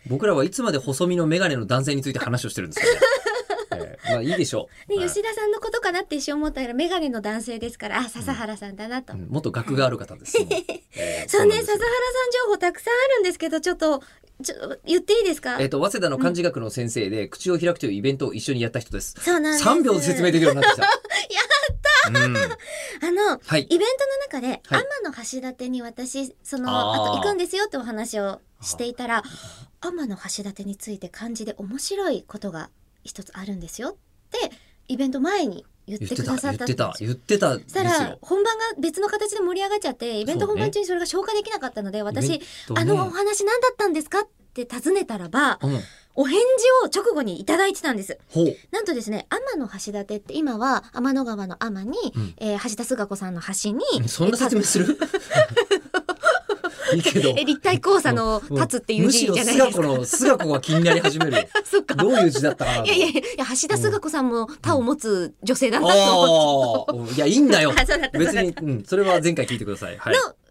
僕らはいつまで細身のメガネの男性について話をしてるんですかね。まあいいでしょう。 で、吉田さんのことかなって一瞬思ったらメガネの男性ですから、あ、笹原さんだなと。 もっと学がある方です。 そうね、笹原さん情報たくさんあるんですけど、ちょっと言っていいですか？ 早稲田の漢字学の先生で、口を開くというイベントを一緒にやった人です。 そうなんです。 3秒で説明できるようになってきた。 やった、 はい、 イベントの中で、天橋立に私あと行くんですよってお話をしていたら、天橋立について漢字で面白いことが一つあるんですよってイベント前に言ってくださったんですよ。 言ってたですよ。 そしたら本番が別の形で盛り上がっちゃって、イベント本番中にそれが消化できなかったので、私、お話何だったんですかって尋ねたらば、お返事を直後にいただいてたんです。なんとですね、天橋立って今は天の川の天に、橋田壽賀子さんの橋に、 そんな説明するいいけど、 立体交差の立つっていう字じゃないですか。 むしろ壽賀子が気になり始める。 そっか、 どういう字だったかなと。 いや橋田壽賀子さんも他を持つ女性だなと思って、 いやいいんだよ。 別に、それは前回聞いてください。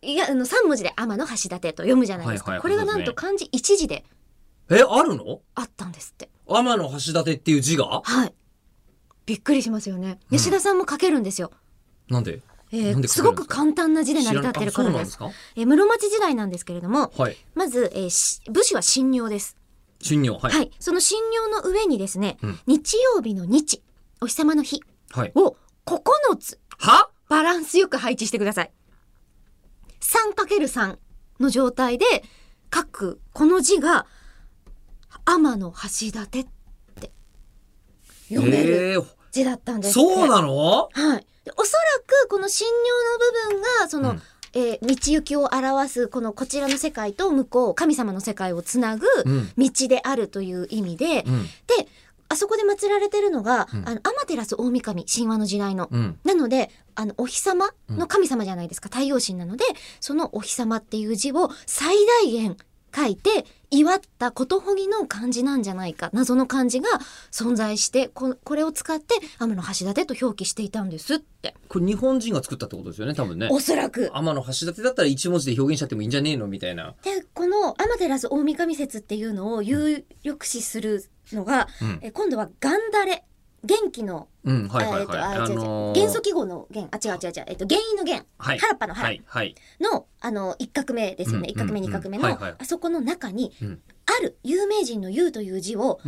3文字で天の橋立と読むじゃないですか。これがなんと漢字1字であるの？あったんですって。 天の橋立っていう字が？ はい。びっくりしますよね。吉田さんも書けるんですよ。 なんですごく簡単な字で成り立ってるからです。室町時代なんですけれども、まず、武士は神名です。 神名、 はい。その神名の上にですね、日曜日の日、お日様の日を9つバランスよく配置してください。3×3 の状態で書くこの字が天の橋立って読める字だったんですって。 そうなの？ はい。おそらくこの神名の部分がその、道行きを表すこちらの世界と向こう神様の世界をつなぐ道であるという意味で、であそこで祀られてるのが、天照大神、神話の時代の、なのでお日様の神様じゃないですか、太陽神なので、そのお日様っていう字を最大限書いて祝ったことほぎの漢字なんじゃないか、謎の漢字が存在して、これを使って天の橋立と表記していたんですって。 これ日本人が作ったってことですよね、多分ね。 おそらく天の橋立だったら一文字で表現しちゃってもいいんじゃねえのみたいな。 でこの天照大神説っていうのを有力視するのが、今度は元誰、元気の元素記号の元、原因の元、原っぱの原の1画目ですよね。1画目2画目のあそこの中に、ある有名人の有という字を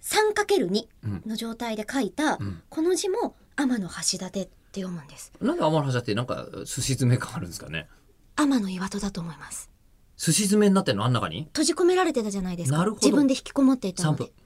3×2 の状態で書いた、この字も天の橋立って読むんです。 なんで天の橋立ってなんかすし詰め感あるんですかね。 天の岩戸だと思います。 すし詰めになってるの、あん中に閉じ込められてたじゃないですか。自分で引きこもっていたので。